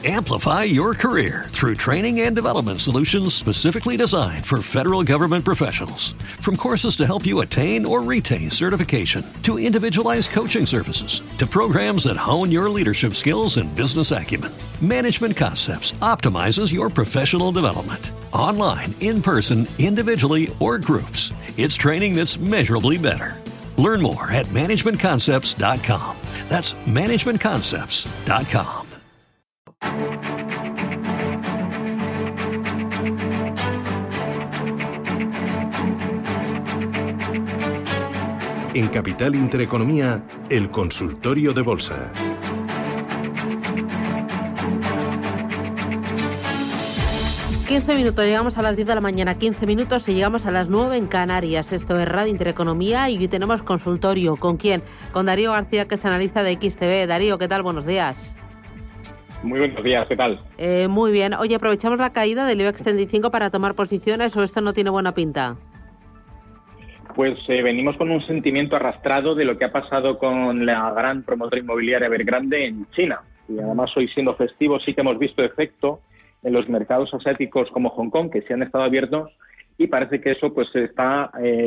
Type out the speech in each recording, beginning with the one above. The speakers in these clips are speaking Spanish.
Amplify your career through training and development solutions specifically designed for federal government professionals. From courses to help you attain or retain certification, to individualized coaching services, to programs that hone your leadership skills and business acumen, Management Concepts optimizes your professional development. Online, in person, individually, or groups, it's training that's measurably better. Learn more at managementconcepts.com. That's managementconcepts.com. En Capital Intereconomía, el consultorio de bolsa. Minutos, llegamos a las 10 de la mañana, 15 minutos y llegamos a las 9 en Canarias. Esto es Radio Intereconomía y hoy tenemos consultorio. ¿Con quién? Con Darío García, que es analista de XTB. Darío, ¿qué tal? Buenos días. Muy buenos días, ¿qué tal? Muy bien. Oye, ¿aprovechamos la caída del IBEX 35 para tomar posiciones o esto no tiene buena pinta? Pues venimos con un sentimiento arrastrado de lo que ha pasado con la gran promotora inmobiliaria Evergrande en China. Y además hoy, siendo festivo, sí que hemos visto efecto en los mercados asiáticos como Hong Kong, que sí han estado abiertos, y parece que eso pues está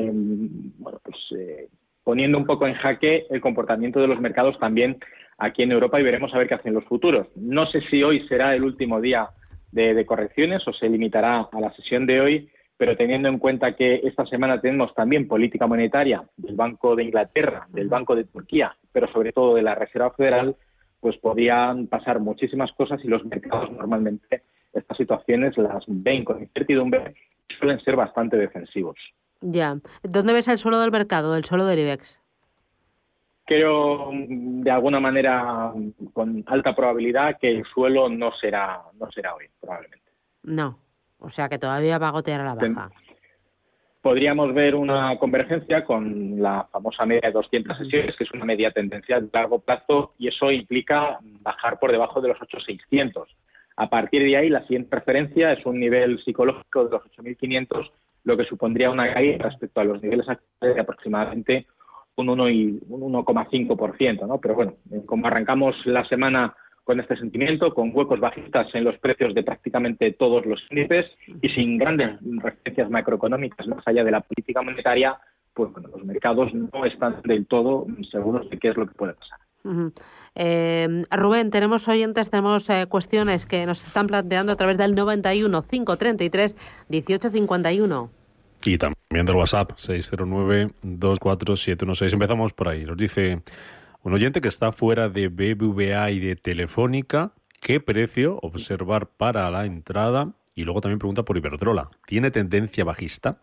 poniendo un poco en jaque el comportamiento de los mercados también aquí en Europa, y veremos a ver qué hacen los futuros. No sé si hoy será el último día de correcciones o se limitará a la sesión de hoy, pero teniendo en cuenta que esta semana tenemos también política monetaria del Banco de Inglaterra, del Banco de Turquía, pero sobre todo de la Reserva Federal, pues podrían pasar muchísimas cosas y los mercados normalmente estas situaciones las ven con incertidumbre y suelen ser bastante defensivos. Ya. ¿Dónde ves el suelo del mercado, el suelo del IBEX? Creo, de alguna manera, con alta probabilidad, que el suelo no será hoy, probablemente. No. O sea, que todavía va a gotear a la baja. Podríamos ver una convergencia con la famosa media de 200 sesiones, que es una media tendencia de largo plazo, y eso implica bajar por debajo de los 8.600. A partir de ahí, la siguiente referencia es un nivel psicológico de los 8.500, lo que supondría una caída respecto a los niveles actuales de aproximadamente un 1,5%, ¿no? Pero bueno, como arrancamos la semana con este sentimiento, con huecos bajistas en los precios de prácticamente todos los índices y sin grandes referencias macroeconómicas más allá de la política monetaria, pues bueno, los mercados no están del todo seguros de qué es lo que puede pasar. Rubén, tenemos oyentes, tenemos cuestiones que nos están planteando a través del 91 533 1851. Y también del WhatsApp, 609-24716. Empezamos por ahí. Nos dice un oyente que está fuera de BBVA y de Telefónica, ¿qué precio observar para la entrada? Y luego también pregunta por Iberdrola. ¿Tiene tendencia bajista?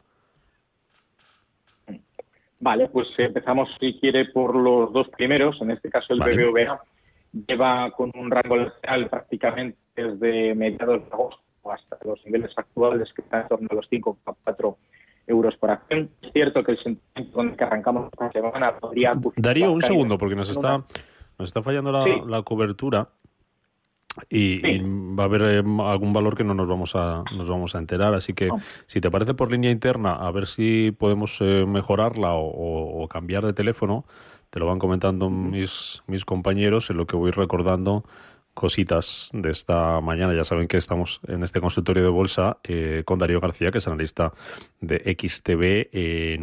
Vale, pues empezamos, si quiere, por los dos primeros. En este caso, el BBVA lleva con un rango lateral prácticamente desde mediados de agosto hasta los niveles actuales, que están en torno a los 5,4 euros por acción. Es cierto que el sentimiento con el que arrancamos esta semana podría... Darío, un segundo, porque nos está fallando la cobertura y va a haber algún valor que no nos vamos a enterar. Así que, si te parece, por línea interna, a ver si podemos mejorarla o cambiar de teléfono. Te lo van comentando mis compañeros, en lo que voy recordando cositas de esta mañana. Ya saben que estamos en este consultorio de bolsa con Darío García, que es analista de XTB,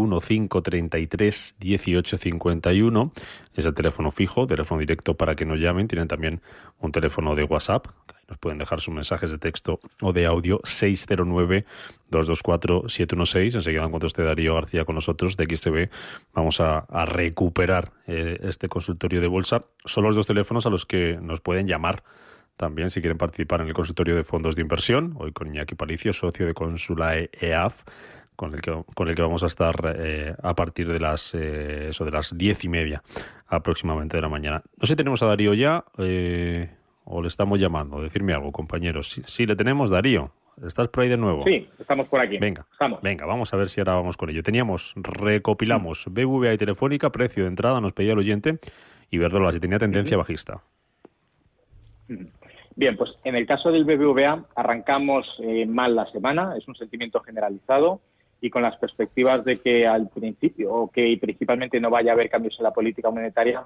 915331851. Es el teléfono fijo, teléfono directo para que nos llamen. Tienen también un teléfono de WhatsApp, que ahí nos pueden dejar sus mensajes de texto o de audio, 609-224-716. Enseguida, en cuanto esté Darío García con nosotros de XTB, vamos a recuperar este consultorio de bolsa. Son los dos teléfonos a los que nos pueden llamar también si quieren participar en el consultorio de fondos de inversión. Hoy con Iñaki Palicio, socio de Consulae EAF, con el que vamos a estar a partir de las 10:30 aproximadamente de la mañana. No sé si tenemos a Darío ya o le estamos llamando. Decirme algo, compañeros. Sí, le tenemos, Darío. ¿Estás por ahí de nuevo? Sí, estamos por aquí. Venga, vamos a ver si ahora vamos con ello. Recopilamos BBVA y Telefónica, precio de entrada, nos pedía el oyente, y Iberdrola, si tenía tendencia bajista. Bien, pues en el caso del BBVA arrancamos mal la semana, es un sentimiento generalizado y con las perspectivas de que al principio o que principalmente no vaya a haber cambios en la política monetaria,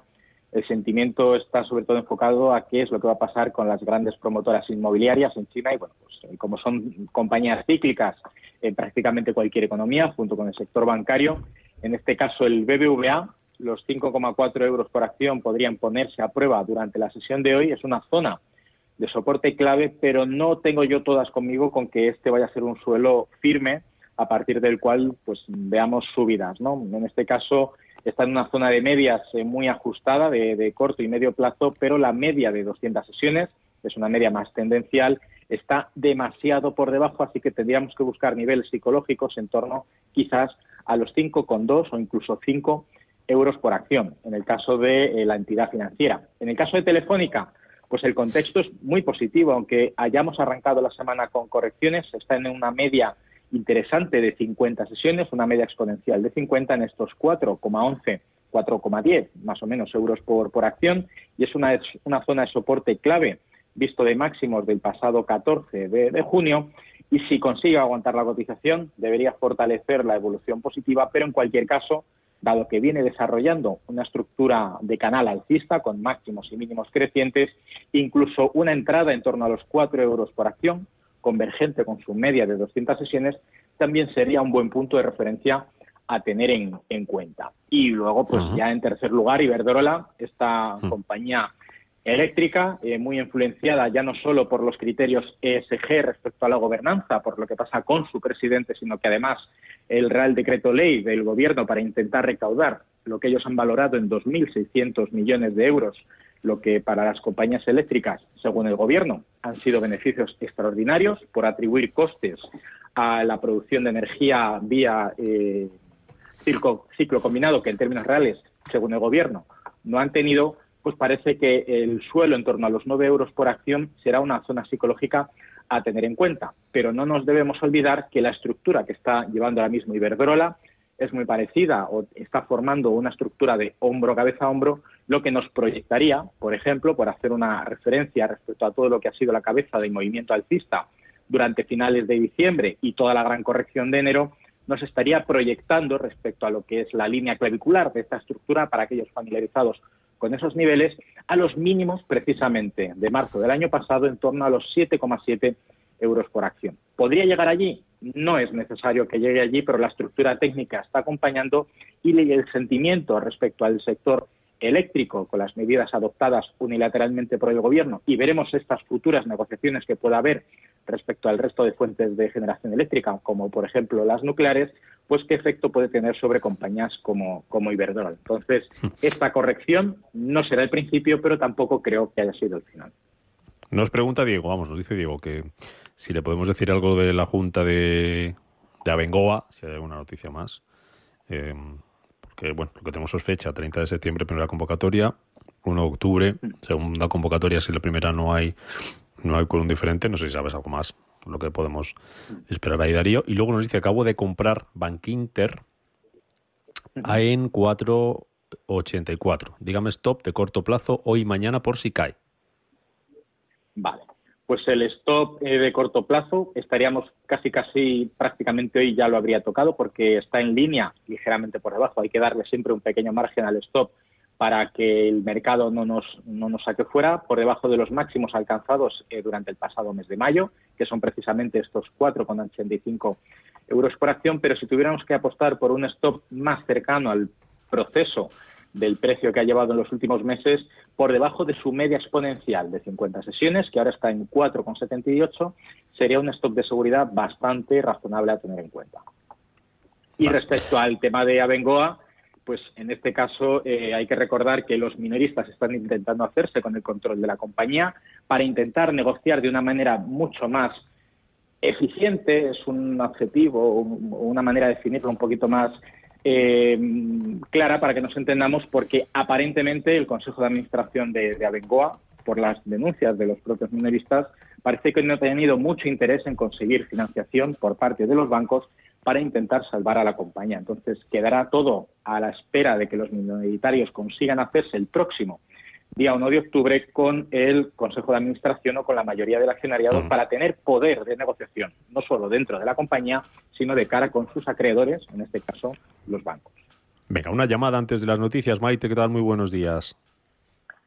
el sentimiento está sobre todo enfocado a qué es lo que va a pasar con las grandes promotoras inmobiliarias en China y, bueno, pues como son compañías cíclicas en prácticamente cualquier economía, junto con el sector bancario, en este caso el BBVA, los 5,4 euros por acción podrían ponerse a prueba durante la sesión de hoy. Es una zona de soporte clave, pero no tengo yo todas conmigo con que este vaya a ser un suelo firme a partir del cual pues veamos subidas, ¿no? En este caso está en una zona de medias muy ajustada de corto y medio plazo, pero la media de 200 sesiones, es una media más tendencial, está demasiado por debajo, así que tendríamos que buscar niveles psicológicos en torno quizás a los 5,2 o incluso 5 euros por acción, en el caso de la entidad financiera. En el caso de Telefónica, pues el contexto es muy positivo, aunque hayamos arrancado la semana con correcciones, está en una media interesante de 50 sesiones, una media exponencial de 50 en estos 4,11, 4,10 más o menos euros por acción, y es una zona de soporte clave visto de máximos del pasado 14 de junio, y si consigue aguantar la cotización debería fortalecer la evolución positiva, pero en cualquier caso, dado que viene desarrollando una estructura de canal alcista con máximos y mínimos crecientes, incluso una entrada en torno a los 4 euros por acción, convergente con su media de 200 sesiones, también sería un buen punto de referencia a tener en cuenta. Y luego, pues ya en tercer lugar, Iberdrola, esta compañía eléctrica, muy influenciada ya no solo por los criterios ESG respecto a la gobernanza, por lo que pasa con su presidente, sino que además el Real Decreto Ley del Gobierno para intentar recaudar lo que ellos han valorado en 2.600 millones de euros, lo que para las compañías eléctricas, según el Gobierno, han sido beneficios extraordinarios por atribuir costes a la producción de energía vía ciclo combinado, que en términos reales, según el Gobierno, no han tenido. Pues parece que el suelo en torno a los 9 euros por acción será una zona psicológica a tener en cuenta. Pero no nos debemos olvidar que la estructura que está llevando ahora mismo Iberdrola es muy parecida o está formando una estructura de hombro, cabeza, hombro, lo que nos proyectaría, por ejemplo, por hacer una referencia respecto a todo lo que ha sido la cabeza del movimiento alcista durante finales de diciembre y toda la gran corrección de enero, nos estaría proyectando respecto a lo que es la línea clavicular de esta estructura para aquellos familiarizados con esos niveles, a los mínimos precisamente de marzo del año pasado, en torno a los 7,7 euros por acción. ¿Podría llegar allí? No es necesario que llegue allí, pero la estructura técnica está acompañando y el sentimiento respecto al sector eléctrico con las medidas adoptadas unilateralmente por el Gobierno, y veremos estas futuras negociaciones que pueda haber respecto al resto de fuentes de generación eléctrica, como por ejemplo las nucleares, pues qué efecto puede tener sobre compañías como Iberdrola. Entonces, esta corrección no será el principio, pero tampoco creo que haya sido el final. Nos pregunta Diego, nos dice Diego que si le podemos decir algo de la Junta de Abengoa, si hay alguna noticia más. Porque, bueno, lo que tenemos es fecha, 30 de septiembre, primera convocatoria, 1 de octubre, segunda convocatoria, si la primera no hay quórum diferente, no sé si sabes algo más, lo que podemos esperar ahí, Darío. Y luego nos dice, acabo de comprar Bankinter en 4,84. Dígame stop de corto plazo hoy y mañana por si cae. Vale. Pues el stop de corto plazo estaríamos casi prácticamente hoy ya lo habría tocado porque está en línea ligeramente por debajo. Hay que darle siempre un pequeño margen al stop para que el mercado no nos saque fuera, por debajo de los máximos alcanzados durante el pasado mes de mayo, que son precisamente estos 4,85 euros por acción. Pero si tuviéramos que apostar por un stop más cercano al proceso del precio que ha llevado en los últimos meses, por debajo de su media exponencial de 50 sesiones, que ahora está en 4,78, sería un stop de seguridad bastante razonable a tener en cuenta. Y respecto al tema de Abengoa, pues en este caso hay que recordar que los minoristas están intentando hacerse con el control de la compañía para intentar negociar de una manera mucho más eficiente, es un adjetivo, una manera de definirlo un poquito más clara para que nos entendamos, porque aparentemente el Consejo de Administración de Abengoa, por las denuncias de los propios minoristas, parece que no ha tenido mucho interés en conseguir financiación por parte de los bancos para intentar salvar a la compañía. Entonces quedará todo a la espera de que los minoritarios consigan hacerse el próximo día 1 de octubre con el Consejo de Administración o con la mayoría del accionariado para tener poder de negociación, no solo dentro de la compañía, sino de cara con sus acreedores, en este caso los bancos. Venga, una llamada antes de las noticias. Maite, ¿qué tal? Muy buenos días.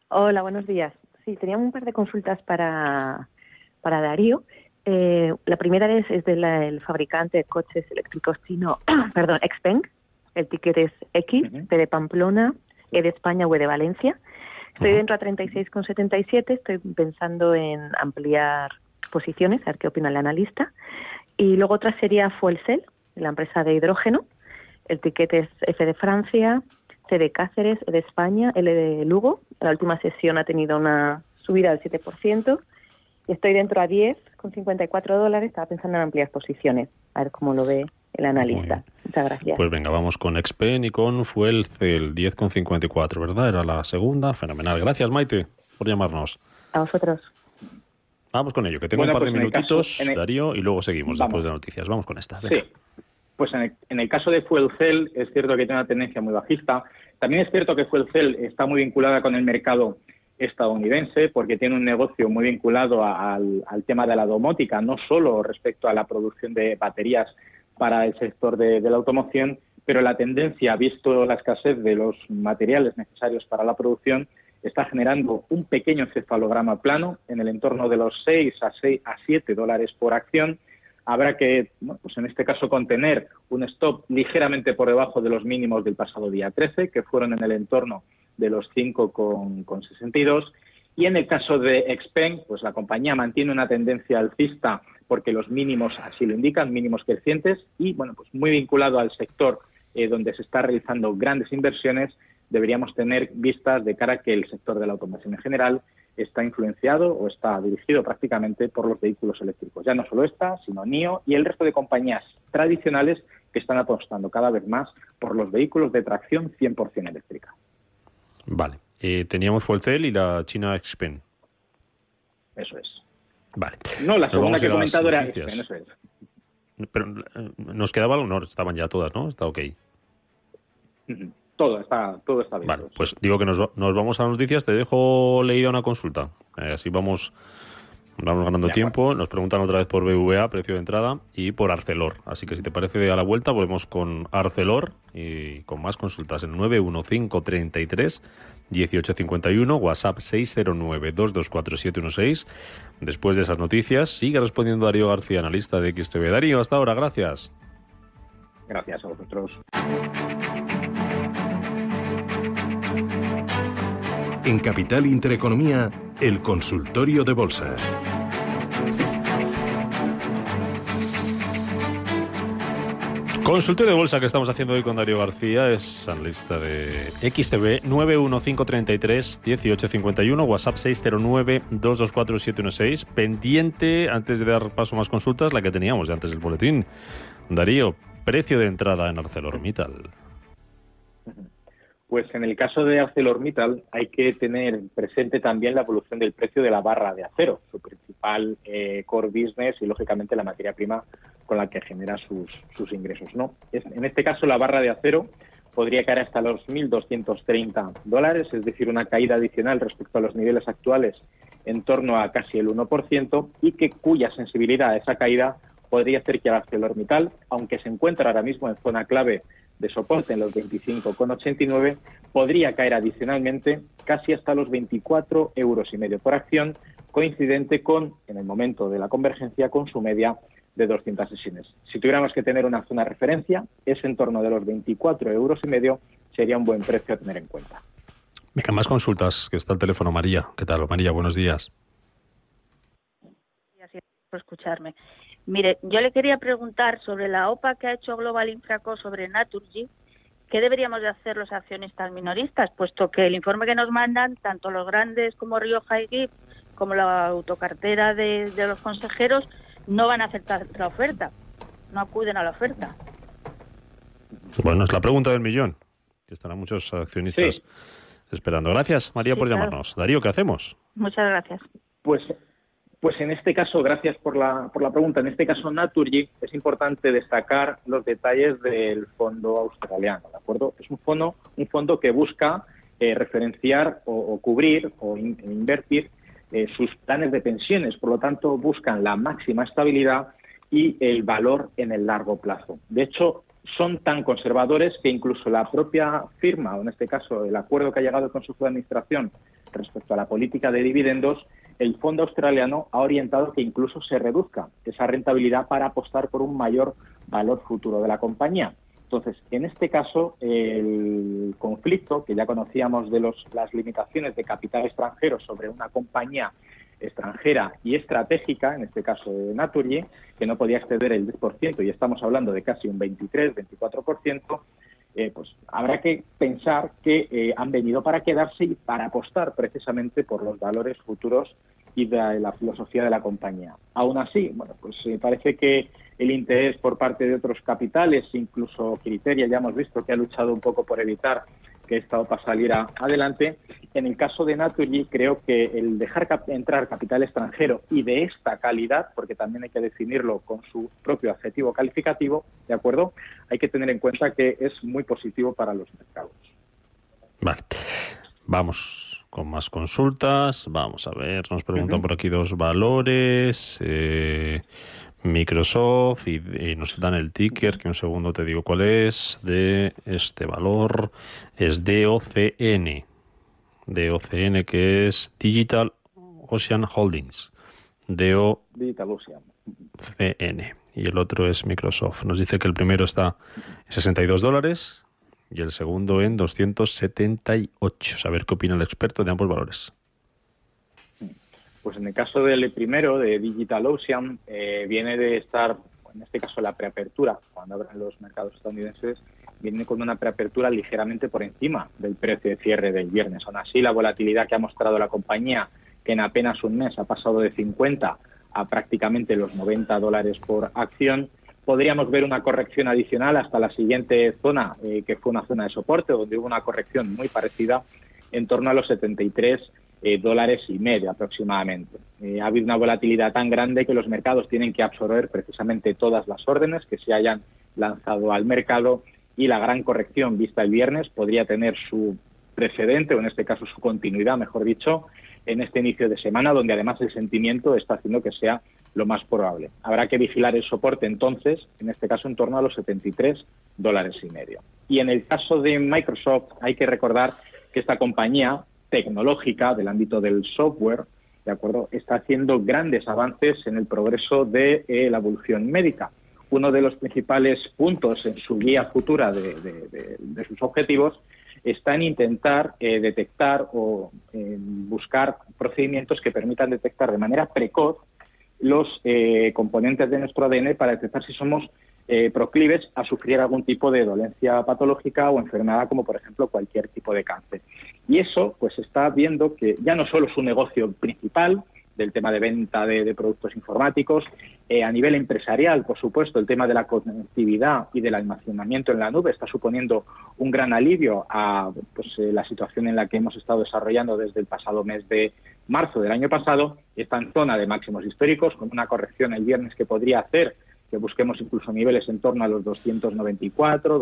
Hola, buenos días. Sí, teníamos un par de consultas para Darío. La primera es del fabricante de coches eléctricos chino, perdón, XPeng. El ticket es X, P de Pamplona, E de España, U de Valencia. Estoy dentro a 36,77. Estoy pensando en ampliar posiciones, a ver qué opina el analista. Y luego otra sería Fuel Cell, la empresa de hidrógeno. El ticket es F de Francia, C de Cáceres, E de España, L de Lugo. La última sesión ha tenido una subida del 7%. Y estoy dentro a 10,54 dólares. Estaba pensando en ampliar posiciones. A ver cómo lo ve el analista. Muchas gracias. Pues venga, vamos con XPeng y con Fuel Cell, 10,54, ¿verdad? Era la segunda. Fenomenal. Gracias, Maite, por llamarnos. A vosotros. Vamos con ello, que tengo un par de minutitos, Darío, y luego seguimos después de las noticias. Vamos con esta. Venga. Sí. Pues en el caso de Fuel Cell es cierto que tiene una tendencia muy bajista. También es cierto que Fuel Cell está muy vinculada con el mercado estadounidense porque tiene un negocio muy vinculado al tema de la domótica, no solo respecto a la producción de baterías para el sector de la automoción, pero la tendencia, visto la escasez de los materiales necesarios para la producción, está generando un pequeño encefalograma plano en el entorno de los 6 a 7 dólares por acción. Habrá que, pues en este caso, contener un stop ligeramente por debajo de los mínimos del pasado día 13, que fueron en el entorno de los 5,62. Y en el caso de XPeng, pues la compañía mantiene una tendencia alcista porque los mínimos así lo indican, mínimos crecientes, y bueno, pues muy vinculado al sector donde se está realizando grandes inversiones, deberíamos tener vistas de cara a que el sector de la automoción en general está influenciado o está dirigido prácticamente por los vehículos eléctricos. Ya no solo esta, sino NIO y el resto de compañías tradicionales que están apostando cada vez más por los vehículos de tracción 100% eléctrica. Vale. Teníamos Fuel Cell y la China XPeng. Eso es. Vale. No, la segunda que he comentado era XPeng, eso es. Pero nos quedaba algo, no, estaban ya todas, ¿no? Está ok. Todo está bien. Vale, pues digo que nos vamos a las noticias. Te dejo leída una consulta. Así vamos ganando tiempo. Nos preguntan otra vez por BVA, precio de entrada, y por Arcelor. Así que si te parece, a la vuelta volvemos con Arcelor y con más consultas en 91533 1851, WhatsApp 609224716. Después de esas noticias, sigue respondiendo Darío García, analista de XTV. Darío, hasta ahora, gracias. Gracias a vosotros. En Capital Intereconomía, el consultorio de bolsa. Consultorio de bolsa que estamos haciendo hoy con Darío García, es analista de XTB, 91533 1851, WhatsApp 609224716. Pendiente, antes de dar paso a más consultas, la que teníamos de antes del boletín. Darío, precio de entrada en ArcelorMittal. Pues en el caso de ArcelorMittal hay que tener presente también la evolución del precio de la barra de acero, su principal core business y, lógicamente, la materia prima con la que genera sus ingresos, ¿no? En este caso, la barra de acero podría caer hasta los $1.230, es decir, una caída adicional respecto a los niveles actuales en torno a casi el 1%, y cuya sensibilidad a esa caída podría hacer que ArcelorMittal, aunque se encuentra ahora mismo en zona clave de soporte en los 25,89, podría caer adicionalmente casi hasta los 24,5 euros por acción, coincidente con, en el momento de la convergencia, con su media de 200 sesiones. Si tuviéramos que tener una zona de referencia, ese en torno de los 24,5 euros sería un buen precio a tener en cuenta. Venga, más consultas, que está el teléfono. María, ¿qué tal? María, buenos días. Gracias por escucharme. Mire, yo le quería preguntar sobre la OPA que ha hecho Global Infraco sobre Naturgy. ¿Qué deberíamos de hacer los accionistas minoristas? Puesto que el informe que nos mandan, tanto los grandes como Rioja y GIP, como la autocartera de los consejeros, no van a aceptar la oferta, no acuden a la oferta. Bueno, es la pregunta del millón, que estarán muchos accionistas esperando. Gracias, María, por llamarnos. Darío, ¿qué hacemos? Muchas gracias. Pues en este caso, gracias por la pregunta, en este caso Naturgy, es importante destacar los detalles del fondo australiano, ¿de acuerdo? Es un fondo que busca referenciar o cubrir o invertir sus planes de pensiones, por lo tanto buscan la máxima estabilidad y el valor en el largo plazo. De hecho, son tan conservadores que incluso la propia firma, o en este caso el acuerdo que ha llegado el Consejo de Administración respecto a la política de dividendos, el fondo australiano ha orientado que incluso se reduzca esa rentabilidad para apostar por un mayor valor futuro de la compañía. Entonces, en este caso, el conflicto, que ya conocíamos de las limitaciones de capital extranjero sobre una compañía extranjera y estratégica, en este caso de Naturgy, que no podía exceder el 10%, y estamos hablando de casi un 23-24%, pues habrá que pensar que han venido para quedarse y para apostar precisamente por los valores futuros y de la filosofía de la compañía. Aún así, bueno, pues parece que el interés por parte de otros capitales, incluso Criteria, ya hemos visto que ha luchado un poco por evitar que esta OPA saliera adelante. En el caso de Naturgy, creo que el dejar entrar capital extranjero y de esta calidad, porque también hay que definirlo con su propio adjetivo calificativo, ¿de acuerdo? Hay que tener en cuenta que es muy positivo para los mercados. Vale. Vamos con más consultas. Vamos a ver, nos preguntan por aquí dos valores. Microsoft y nos dan el ticker, que un segundo te digo cuál es, de este valor. Es DOCN. DOCN, que es Digital Ocean Holdings. Digital Ocean. DOCN. Y el otro es Microsoft. Nos dice que el primero está en $62 y el segundo en 278. Saber qué opina el experto de ambos valores. Pues en el caso del primero, de Digital Ocean, viene de estar, en este caso la preapertura, cuando abren los mercados estadounidenses, viene con una preapertura ligeramente por encima del precio de cierre del viernes. Aún así, la volatilidad que ha mostrado la compañía, que en apenas un mes ha pasado de 50 a prácticamente los $90 por acción, podríamos ver una corrección adicional hasta la siguiente zona, que fue una zona de soporte, donde hubo una corrección muy parecida en torno a los $73.50 aproximadamente. Ha habido una volatilidad tan grande que los mercados tienen que absorber precisamente todas las órdenes que se hayan lanzado al mercado, y la gran corrección vista el viernes podría tener su precedente, o en este caso su continuidad, mejor dicho, en este inicio de semana, donde además el sentimiento está haciendo que sea lo más probable. Habrá que vigilar el soporte entonces, en este caso en torno a los $73.50. Y en el caso de Microsoft hay que recordar que esta compañía tecnológica del ámbito del software, ¿de acuerdo?, está haciendo grandes avances en el progreso de la evolución médica. Uno de los principales puntos en su guía futura de sus objetivos está en intentar detectar o buscar procedimientos que permitan detectar de manera precoz los componentes de nuestro ADN para detectar si somos proclives a sufrir algún tipo de dolencia patológica o enfermedad, como por ejemplo cualquier tipo de cáncer. Y eso pues está viendo que ya no solo es un negocio principal del tema de venta de productos informáticos, a nivel empresarial, por supuesto, el tema de la conectividad y del almacenamiento en la nube está suponiendo un gran alivio a la situación en la que hemos estado desarrollando desde el pasado mes de marzo del año pasado. Está en zona de máximos históricos, con una corrección el viernes que podría hacer que busquemos incluso niveles en torno a los 294,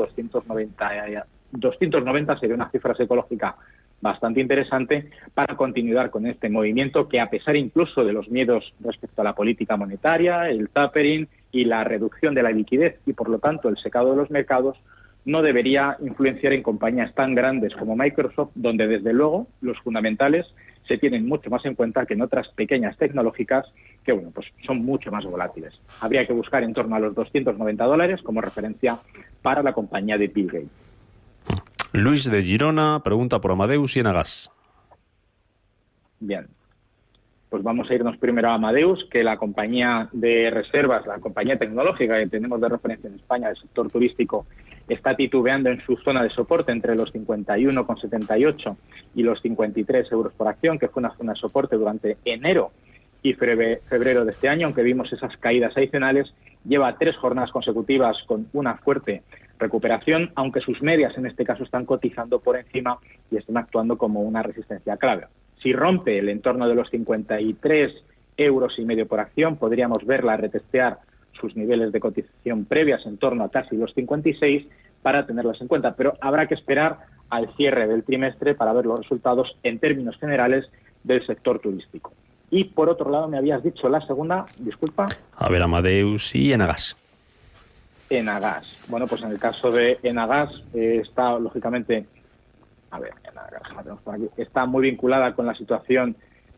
290 sería una cifra psicológica bastante interesante para continuar con este movimiento que, a pesar incluso de los miedos respecto a la política monetaria, el tapering y la reducción de la liquidez y, por lo tanto, el secado de los mercados, no debería influenciar en compañías tan grandes como Microsoft, donde, desde luego, los fundamentales se tienen mucho más en cuenta que en otras pequeñas tecnológicas que, bueno, pues son mucho más volátiles. Habría que buscar en torno a los $290 como referencia para la compañía de Bill Gates. Luis de Girona pregunta por Amadeus y Enagas. Bien, pues vamos a irnos primero a Amadeus, que la compañía de reservas, la compañía tecnológica que tenemos de referencia en España del sector turístico, está titubeando en su zona de soporte entre los 51,78 y los 53 euros por acción, que fue una zona de soporte durante enero y febrero de este año, aunque vimos esas caídas adicionales. Lleva 3 jornadas consecutivas con una fuerte recuperación, aunque sus medias en este caso están cotizando por encima y están actuando como una resistencia clave. Si rompe el entorno de los 53,5 euros por acción, podríamos verla retestear sus niveles de cotización previas en torno a casi los 56 para tenerlas en cuenta, pero habrá que esperar al cierre del trimestre para ver los resultados en términos generales del sector turístico. Y por otro lado, me habías dicho la segunda, disculpa. A ver, Amadeus y Enagas. Enagas. Bueno, pues en el caso de Enagas está, lógicamente, a ver, la granja la tenemos por aquí, está muy vinculada con la situación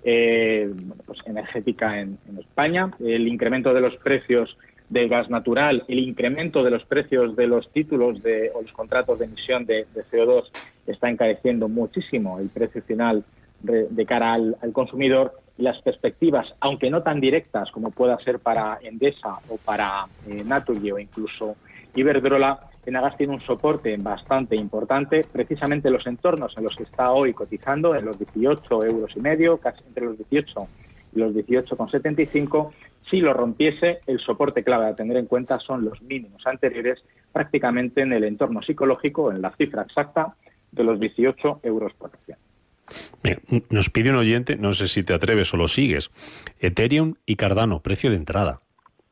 energética en España. El incremento de los precios del gas natural, el incremento de los precios de los títulos o los contratos de emisión de CO2 está encareciendo muchísimo el precio final de cara al consumidor, y las perspectivas, aunque no tan directas como pueda ser para Endesa o para Naturgy o incluso Iberdrola, Enagas tiene un soporte bastante importante, precisamente en los entornos en los que está hoy cotizando, en los 18,5 €, casi entre los 18 y los 18,75. Si lo rompiese, el soporte clave a tener en cuenta son los mínimos anteriores, prácticamente en el entorno psicológico, en la cifra exacta de los 18 € por acción. Bien, nos pide un oyente, no sé si te atreves o lo sigues, Ethereum y Cardano, precio de entrada.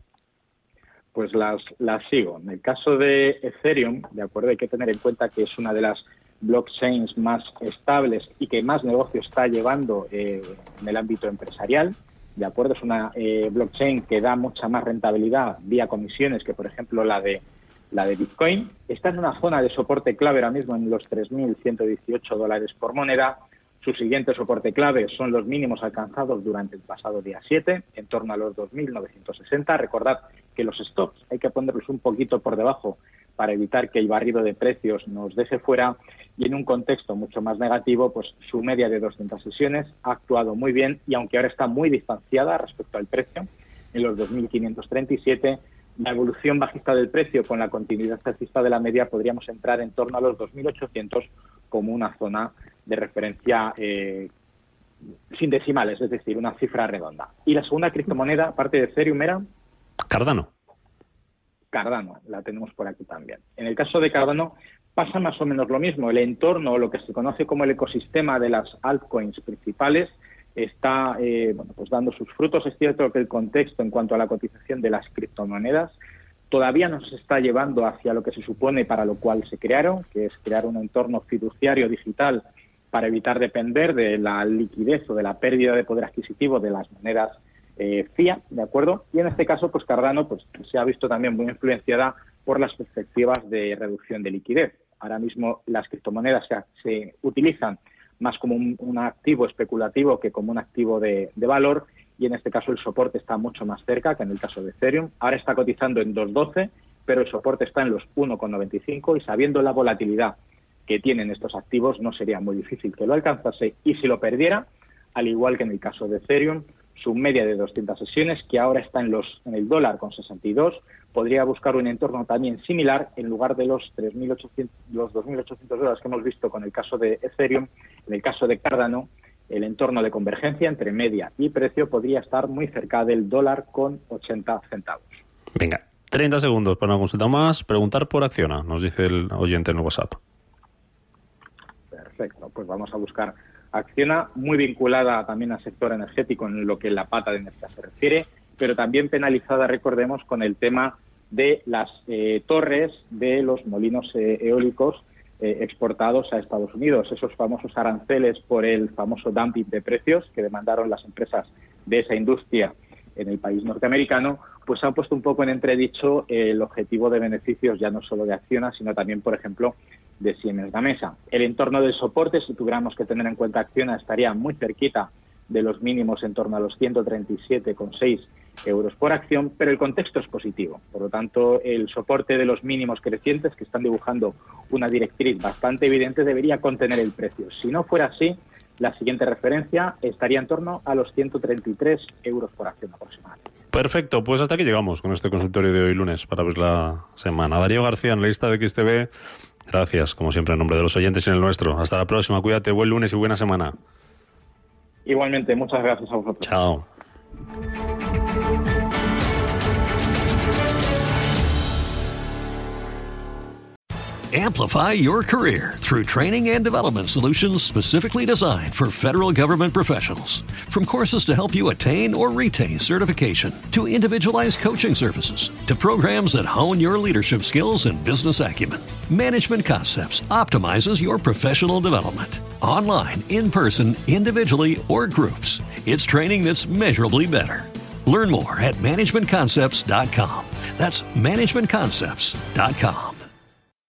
Pues las sigo. En el caso de Ethereum, de acuerdo, hay que tener en cuenta que es una de las blockchains más estables y que más negocio está llevando en el ámbito empresarial. De acuerdo, es una blockchain que da mucha más rentabilidad vía comisiones que, por ejemplo, la de Bitcoin. Está en una zona de soporte clave ahora mismo en los 3.118 dólares por moneda. Su siguiente soporte clave son los mínimos alcanzados durante el pasado día 7, en torno a los 2.960. Recordad que los stops hay que ponerlos un poquito por debajo para evitar que el barrido de precios nos deje fuera, y en un contexto mucho más negativo, pues su media de 200 sesiones ha actuado muy bien, y aunque ahora está muy distanciada respecto al precio, en los 2.537, la evolución bajista del precio con la continuidad alcista de la media podríamos entrar en torno a los 2.800 como una zona de referencia sin decimales, es decir, una cifra redonda. Y la segunda criptomoneda, aparte de Ethereum, era Cardano, la tenemos por aquí también. En el caso de Cardano pasa más o menos lo mismo. El entorno, o lo que se conoce como el ecosistema de las altcoins principales, está pues dando sus frutos. Es cierto que el contexto en cuanto a la cotización de las criptomonedas todavía nos está llevando hacia lo que se supone para lo cual se crearon, que es crear un entorno fiduciario digital para evitar depender de la liquidez o de la pérdida de poder adquisitivo de las monedas fiat, ¿de acuerdo? Y en este caso, pues Cardano pues se ha visto también muy influenciada por las perspectivas de reducción de liquidez. Ahora mismo las criptomonedas se utilizan más como un activo especulativo que como un activo de valor, y en este caso el soporte está mucho más cerca que en el caso de Ethereum. Ahora está cotizando en 2.12, pero el soporte está en los 1,95, y sabiendo la volatilidad que tienen estos activos, no sería muy difícil que lo alcanzase, y si lo perdiera, al igual que en el caso de Ethereum, su media de 200 sesiones, que ahora está en el dólar con 62, podría buscar un entorno también similar en lugar de los 3.800, los 2.800 dólares que hemos visto con el caso de Ethereum. En el caso de Cardano, el entorno de convergencia entre media y precio podría estar muy cerca del dólar con 80 centavos. Venga, 30 segundos para una consulta más. Preguntar por Acciona, nos dice el oyente en el WhatsApp. Perfecto, pues vamos a buscar Acciona, muy vinculada también al sector energético en lo que la pata de energía se refiere, pero también penalizada, recordemos, con el tema de las torres de los molinos eólicos exportados a Estados Unidos. Esos famosos aranceles por el famoso dumping de precios que demandaron las empresas de esa industria en el país norteamericano, pues han puesto un poco en entredicho el objetivo de beneficios ya no solo de Acciona, sino también, por ejemplo, de Siemens Gamesa. El entorno del soporte, si tuviéramos que tener en cuenta Acciona, estaría muy cerquita de los mínimos, en torno a los 137,6 € por acción, pero el contexto es positivo. Por lo tanto, el soporte de los mínimos crecientes, que están dibujando una directriz bastante evidente, debería contener el precio. Si no fuera así, la siguiente referencia estaría en torno a los 133 € por acción aproximadamente. Perfecto, pues hasta aquí llegamos con este consultorio de hoy lunes para ver la semana. Darío García, analista de XTB, gracias, como siempre, en nombre de los oyentes y en el nuestro. Hasta la próxima, cuídate, buen lunes y buena semana. Igualmente, muchas gracias a vosotros. Chao. Amplify your career through training and development solutions specifically designed for federal government professionals. From courses to help you attain or retain certification, to individualized coaching services, to programs that hone your leadership skills and business acumen, Management Concepts optimizes your professional development. Online, in person, individually, or groups, it's training that's measurably better. Learn more at managementconcepts.com. That's managementconcepts.com.